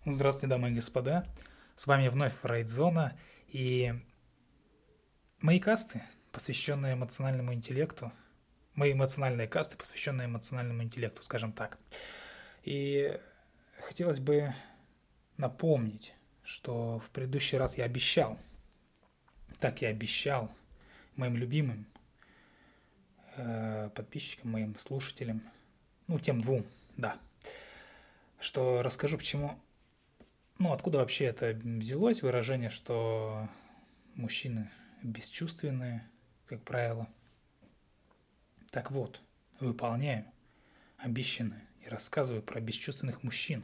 Здравствуйте, дамы и господа. С вами вновь Фрейдзона и мои касты, посвященные эмоциональному интеллекту. Мои эмоциональные касты, посвященные эмоциональному интеллекту, скажем так. И хотелось бы напомнить, что в предыдущий раз я обещал, так я обещал моим любимым подписчикам, моим слушателям, тем двум, да, что расскажу, почему, откуда вообще это взялось выражение, что мужчины бесчувственные, как правило. Так вот, выполняю обещанное и рассказываю про бесчувственных мужчин.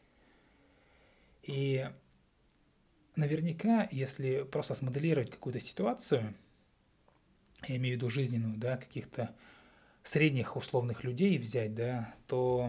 И наверняка, если просто смоделировать какую-то ситуацию, я имею в виду жизненную, да, каких-то средних условных людей взять, да, то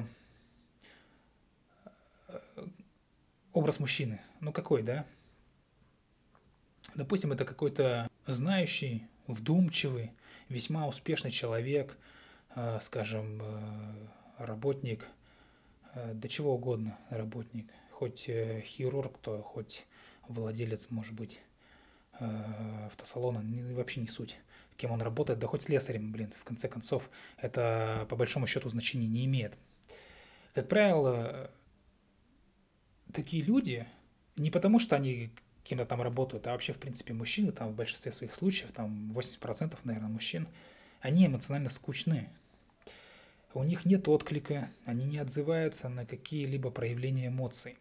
образ мужчины, какой, да? Допустим, это какой-то знающий, вдумчивый, весьма успешный человек, скажем, работник, до чего угодно работник, хоть хирург, то хоть владелец, может быть, автосалона, вообще не суть, кем он работает, да хоть слесарем, в конце концов, это по большому счету значения не имеет. Как правило, такие люди, не потому что они кем-то там работают, а вообще, в принципе, мужчины, там в большинстве своих случаев, там 80%, наверное, мужчин, они эмоционально скучны. У них нет отклика, они не отзываются на какие-либо проявления эмоций.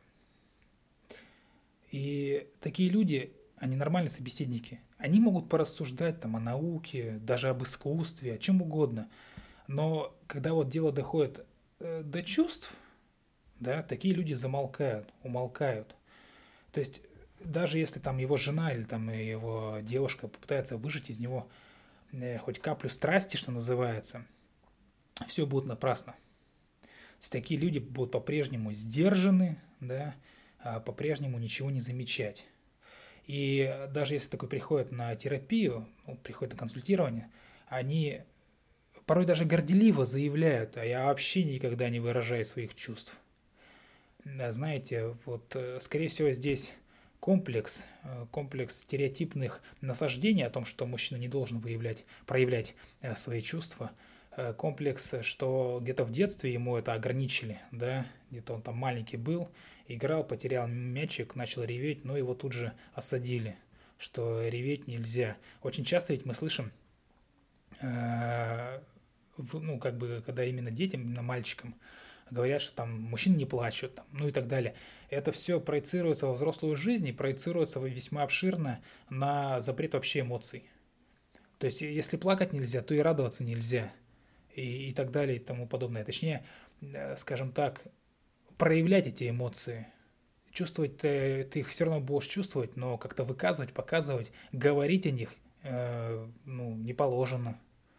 И такие люди, они нормальные собеседники. Они могут порассуждать там о науке, даже об искусстве, о чем угодно. Но когда вот дело доходит до чувств, да, такие люди замолкают, умолкают. То есть даже если там его жена или там его девушка попытается выжать из него хоть каплю страсти, что называется, все будет напрасно. То есть такие люди будут по-прежнему сдержаны, да, по-прежнему ничего не замечать. И даже если такой приходит на терапию, приходит на консультирование, они порой даже горделиво заявляют, а я вообще никогда не выражаю своих чувств. Да, знаете, вот, скорее всего, здесь комплекс стереотипных насаждений о том, что мужчина не должен проявлять свои чувства, комплекс, что где-то в детстве ему это ограничили, да, где-то он там маленький был, играл, потерял мячик, начал реветь, но его тут же осадили, что реветь нельзя. Очень часто ведь мы слышим, когда именно детям, именно мальчикам, говорят, что там мужчины не плачут, и так далее. Это все проецируется во взрослую жизнь и проецируется весьма обширно на запрет вообще эмоций. То есть, если плакать нельзя, то и радоваться нельзя. И так далее, и тому подобное. Точнее, скажем так, проявлять эти эмоции. Чувствовать ты их все равно будешь чувствовать, но как-то выказывать, показывать, говорить о них не положено.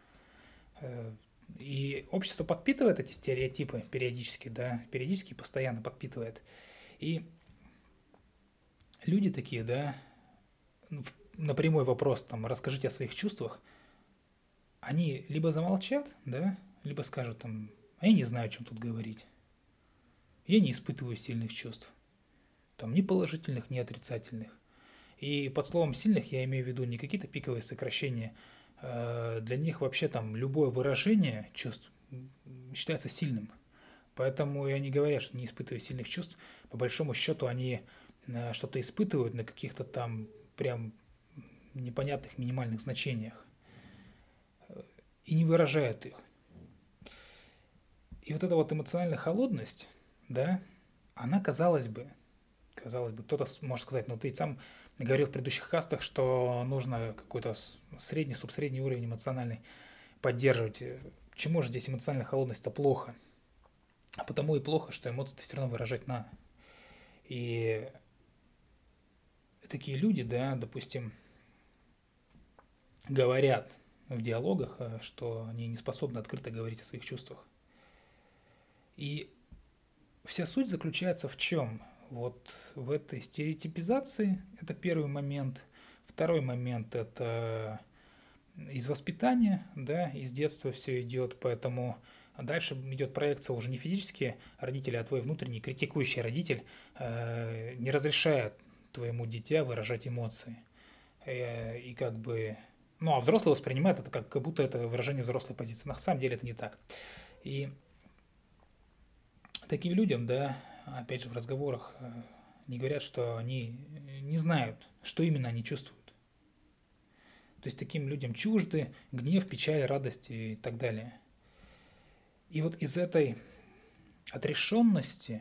И общество подпитывает эти стереотипы периодически, да, периодически и постоянно подпитывает. И люди такие, да, на прямой вопрос, там, расскажите о своих чувствах, они либо замолчат, да, либо скажут там, а я не знаю, о чем тут говорить. Я не испытываю сильных чувств. Там ни положительных, ни отрицательных. И под словом сильных я имею в виду не какие-то пиковые сокращения. Для них вообще там любое выражение чувств считается сильным. Поэтому и они говорят, что не испытывая сильных чувств. По большому счету они что-то испытывают на каких-то там прям непонятных минимальных значениях и не выражают их. И вот эта вот эмоциональная холодность, да, она, кто-то может сказать, ты сам говорил в предыдущих кастах, что нужно какой-то средний, субсредний уровень эмоциональный поддерживать. Почему же здесь эмоциональная холодность-то плохо? А потому и плохо, что эмоции все равно выражать надо. И такие люди, да, допустим, говорят в диалогах, что они не способны открыто говорить о своих чувствах. И вся суть заключается в чем? Вот в этой стереотипизации, это первый момент. Второй момент – это из воспитания, да, из детства все идет, поэтому А дальше идет проекция уже не физические родители, а твой внутренний критикующий родитель не разрешает твоему дитя выражать эмоции. И как бы... Ну, а взрослый воспринимает это как будто это выражение взрослой позиции. На самом деле это не так. И таким людям, да, опять же в разговорах не говорят, что они не знают, что именно они чувствуют. То есть таким людям чужды гнев, печаль, радость и так далее. И вот из этой отрешенности,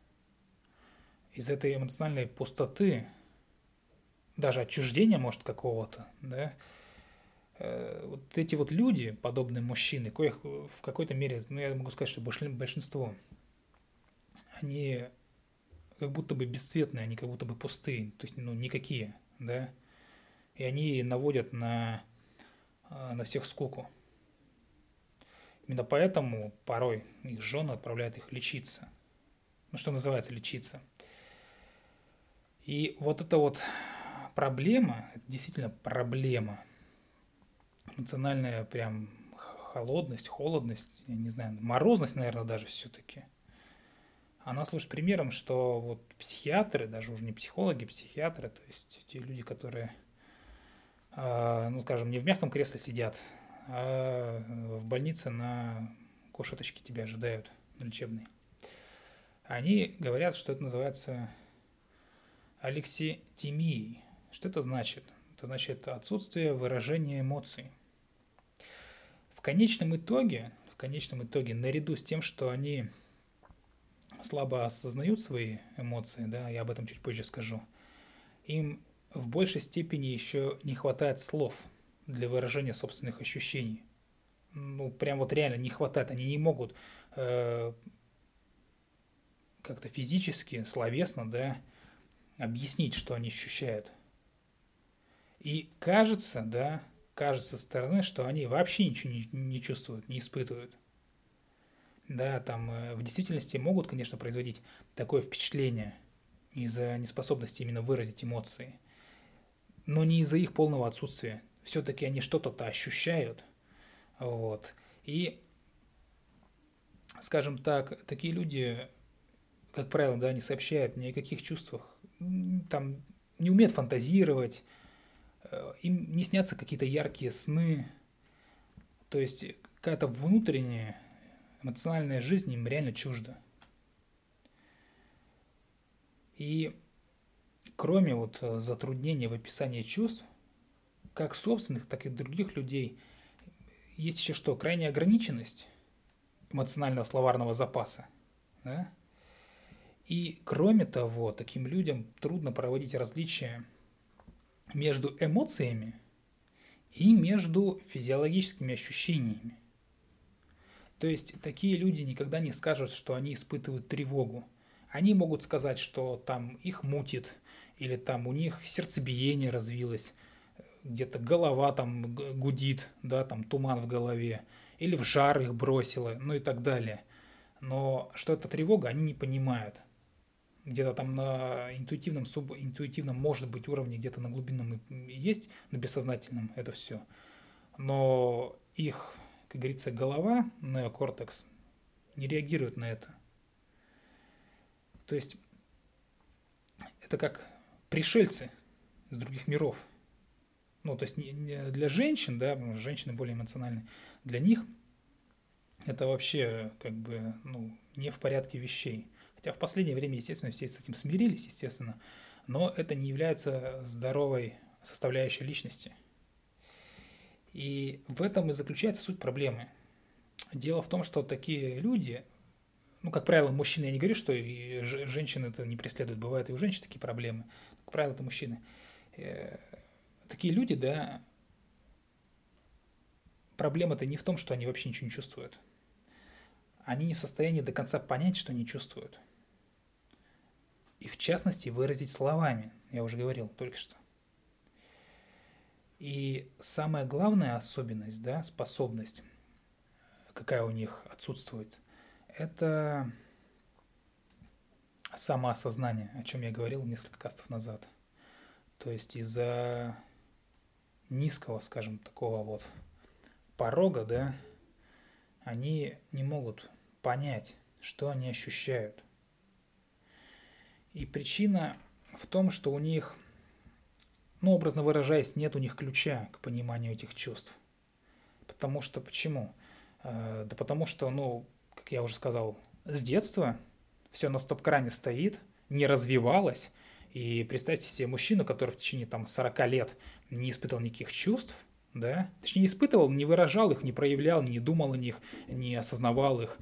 из этой эмоциональной пустоты, даже отчуждения, может, какого-то, да, вот эти вот люди, подобные мужчины, коих в какой-то мере, ну, я могу сказать, что большинство, они как будто бы бесцветные, они как будто бы пустые, то есть, ну, никакие, да, и они наводят на всех скуку. Именно поэтому порой их жены отправляют их лечиться. Ну, что называется, лечиться. И вот эта вот проблема, это действительно проблема. Эмоциональная прям холодность, я не знаю, морозность, наверное, даже все-таки. Она служит примером, что вот психиатры, даже уже не психологи, психиатры, то есть те люди, которые, ну, скажем, не в мягком кресле сидят, а в больнице на кушеточке тебя ожидают, на лечебной. Они говорят, что это называется алекситимией. Что это значит? Это значит отсутствие выражения эмоций. В конечном итоге, наряду с тем, что они слабо осознают свои эмоции, да, я об этом чуть позже скажу, им в большей степени еще не хватает слов для выражения собственных ощущений. Ну, прям вот реально не хватает. Они не могут как-то физически, словесно, да, объяснить, что они ощущают. И кажется, да, кажется со стороны, что они вообще ничего не чувствуют, не испытывают. Да, там в действительности могут, конечно, производить такое впечатление из-за неспособности именно выразить эмоции, но не из-за их полного отсутствия. Все-таки они что-то ощущают. Вот. И, скажем так, такие люди, как правило, да, не сообщают ни о каких чувствах, там не умеют фантазировать, им не снятся какие-то яркие сны. То есть какая-то внутренняя эмоциональная жизнь им реально чужда. И кроме вот затруднения в описании чувств, как собственных, так и других людей, есть еще что? Крайняя ограниченность эмоционального словарного запаса. Да? И кроме того, таким людям трудно проводить различия между эмоциями и между физиологическими ощущениями. То есть такие люди никогда не скажут, что они испытывают тревогу. Они могут сказать, что там их мутит, или там у них сердцебиение развилось, где-то голова там гудит, да, там туман в голове, или в жар их бросило, ну и так далее. Но что это тревога, они не понимают. Где-то там на интуитивном, субинтуитивном, может быть, уровне, где-то на глубинном есть, на бессознательном это все. Но их, как говорится, голова, неокортекс, не реагирует на это. То есть это как пришельцы из других миров. Ну, то есть для женщин, да, женщины более эмоциональны, для них это вообще как бы, ну, не в порядке вещей. Хотя в последнее время, естественно, все с этим смирились, естественно, но это не является здоровой составляющей личности. И в этом и заключается суть проблемы. Дело в том, что такие люди, ну, как правило, мужчины, я не говорю, что и женщины это не преследуют, бывают и у женщин такие проблемы, как правило, это мужчины. Такие люди, да, проблема-то не в том, что они вообще ничего не чувствуют. Они не в состоянии до конца понять, что они чувствуют. И в частности выразить словами, я уже говорил только что. И самая главная особенность, да, способность, какая у них отсутствует, это самоосознание, о чем я говорил несколько кастов назад. То есть из-за низкого, скажем, такого вот порога, да, они не могут понять, что они ощущают. И причина в том, что у них, образно выражаясь, нет у них ключа к пониманию этих чувств. Потому что почему? Да потому что, как я уже сказал, с детства все на стоп-кране стоит, не развивалось. И представьте себе мужчину, который в течение 40 лет не испытывал никаких чувств, да, точнее не испытывал, не выражал их, не проявлял, не думал о них, не осознавал их.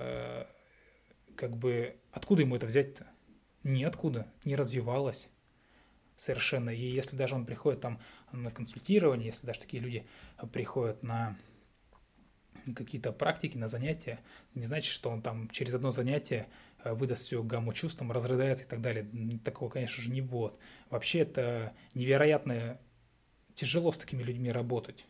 Откуда ему это взять-то? Ниоткуда, не развивалось совершенно. И если даже он приходит на консультирование, если даже такие люди приходят на какие-то практики, на занятия, не значит, что он через одно занятие выдаст всю гамму чувств, разрыдается и так далее. Такого, конечно же, не будет. Вообще это невероятно тяжело с такими людьми работать.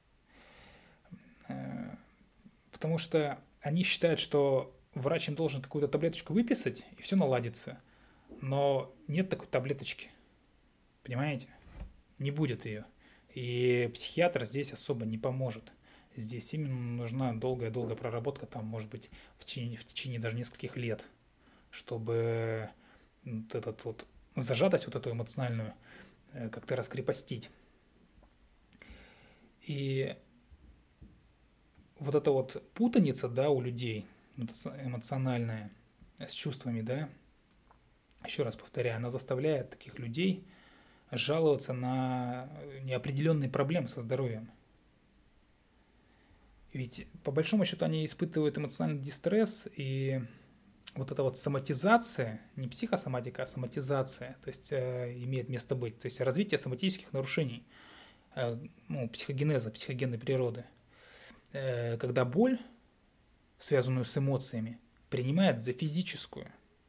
Потому что они считают, что врач им должен какую-то таблеточку выписать, и все наладится. Но нет такой таблеточки. Понимаете? Не будет ее. И психиатр здесь особо не поможет. Здесь именно нужна долгая-долгая проработка, может быть, в течение даже нескольких лет, чтобы зажатость эту эмоциональную как-то раскрепостить. И эта путаница, у людей, эмоциональная, с чувствами, еще раз повторяю, она заставляет таких людей жаловаться на неопределенные проблемы со здоровьем. Ведь по большому счету они испытывают эмоциональный дистресс, и эта соматизация, не психосоматика, а соматизация, то есть имеет место быть, то есть развитие соматических нарушений, психогенеза, психогенной природы, когда боль, связанную с эмоциями, принимает за физическую.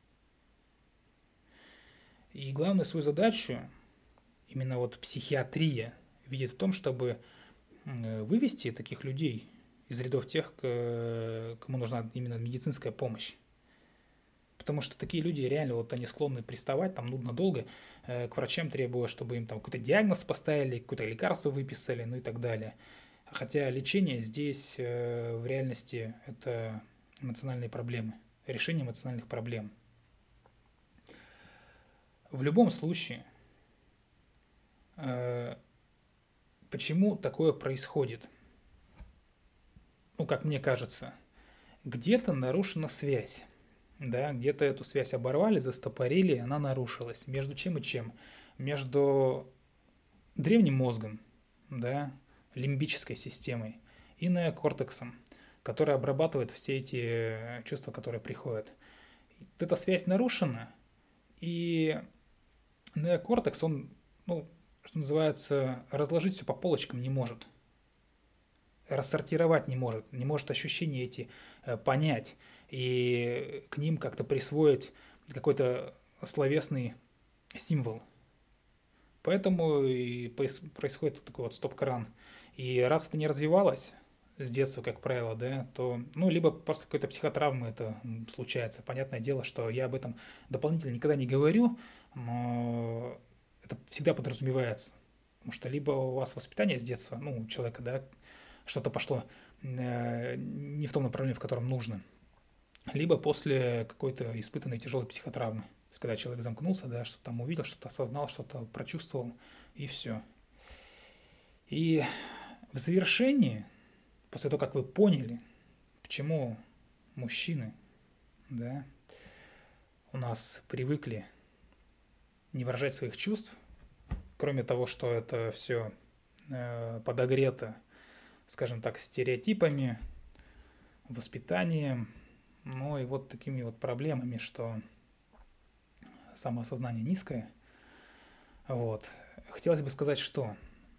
И главную свою задачу именно психиатрия видит в том, чтобы вывести таких людей из рядов тех, кому нужна именно медицинская помощь. Потому что такие люди реально, они склонны приставать нудно долго к врачам, требуя, чтобы им какой-то диагноз поставили, какое-то лекарство выписали, и так далее. Хотя лечение здесь в реальности это эмоциональные проблемы, решение эмоциональных проблем. В любом случае, почему такое происходит? Как мне кажется, где-то нарушена связь. Где-то эту связь оборвали, застопорили, она нарушилась. Между чем и чем? Между древним мозгом, лимбической системой, и неокортексом, который обрабатывает все эти чувства, которые приходят. Эта связь нарушена, и неокортекс, он, что называется, разложить все по полочкам не может. Рассортировать не может ощущения эти понять и к ним как-то присвоить какой-то словесный символ. Поэтому и происходит такой стоп-кран. И раз это не развивалось с детства, как правило, то, либо после какой-то психотравмы это случается. Понятное дело, что я об этом дополнительно никогда не говорю, но это всегда подразумевается. Потому что либо у вас воспитание с детства, у человека, что-то пошло не в том направлении, в котором нужно. Либо после какой-то испытанной тяжелой психотравмы. То есть, когда человек замкнулся, что-то увидел, что-то осознал, что-то прочувствовал, и все. И в завершении, после того, как вы поняли, почему мужчины, у нас привыкли не выражать своих чувств, кроме того, что это все подогрето, скажем так, стереотипами, воспитанием, и такими проблемами, что самоосознание низкое. Хотелось бы сказать, что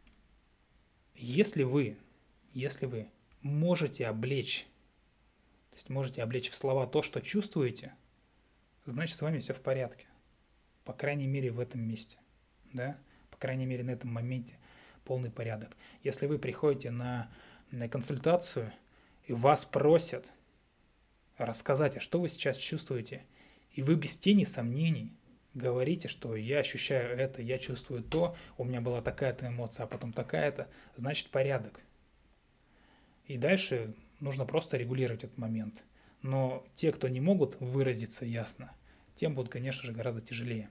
если вы можете облечь, то есть можете облечь в слова то, что чувствуете, значит, с вами все в порядке. По крайней мере, в этом месте. По крайней мере, на этом моменте полный порядок. Если вы приходите на консультацию, и вас просят рассказать, а что вы сейчас чувствуете, и вы без тени сомнений говорите, что я ощущаю это, я чувствую то, у меня была такая-то эмоция, а потом такая-то, значит порядок. И дальше, нужно просто регулировать этот момент. Но те, кто не могут выразиться ясно, тем будут, конечно же, гораздо тяжелее.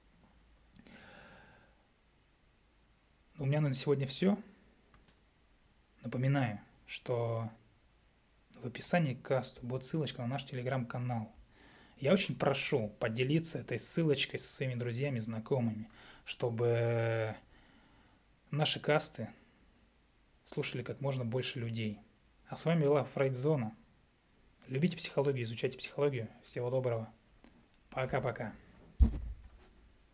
У меня на сегодня все. Напоминаю, что в описании к касту будет ссылочка на наш телеграм-канал. Я очень прошу поделиться этой ссылочкой со своими друзьями, знакомыми, чтобы наши касты слушали как можно больше людей. А с вами была Фрейдзона. Любите психологию, изучайте психологию. Всего доброго. Пока-пока.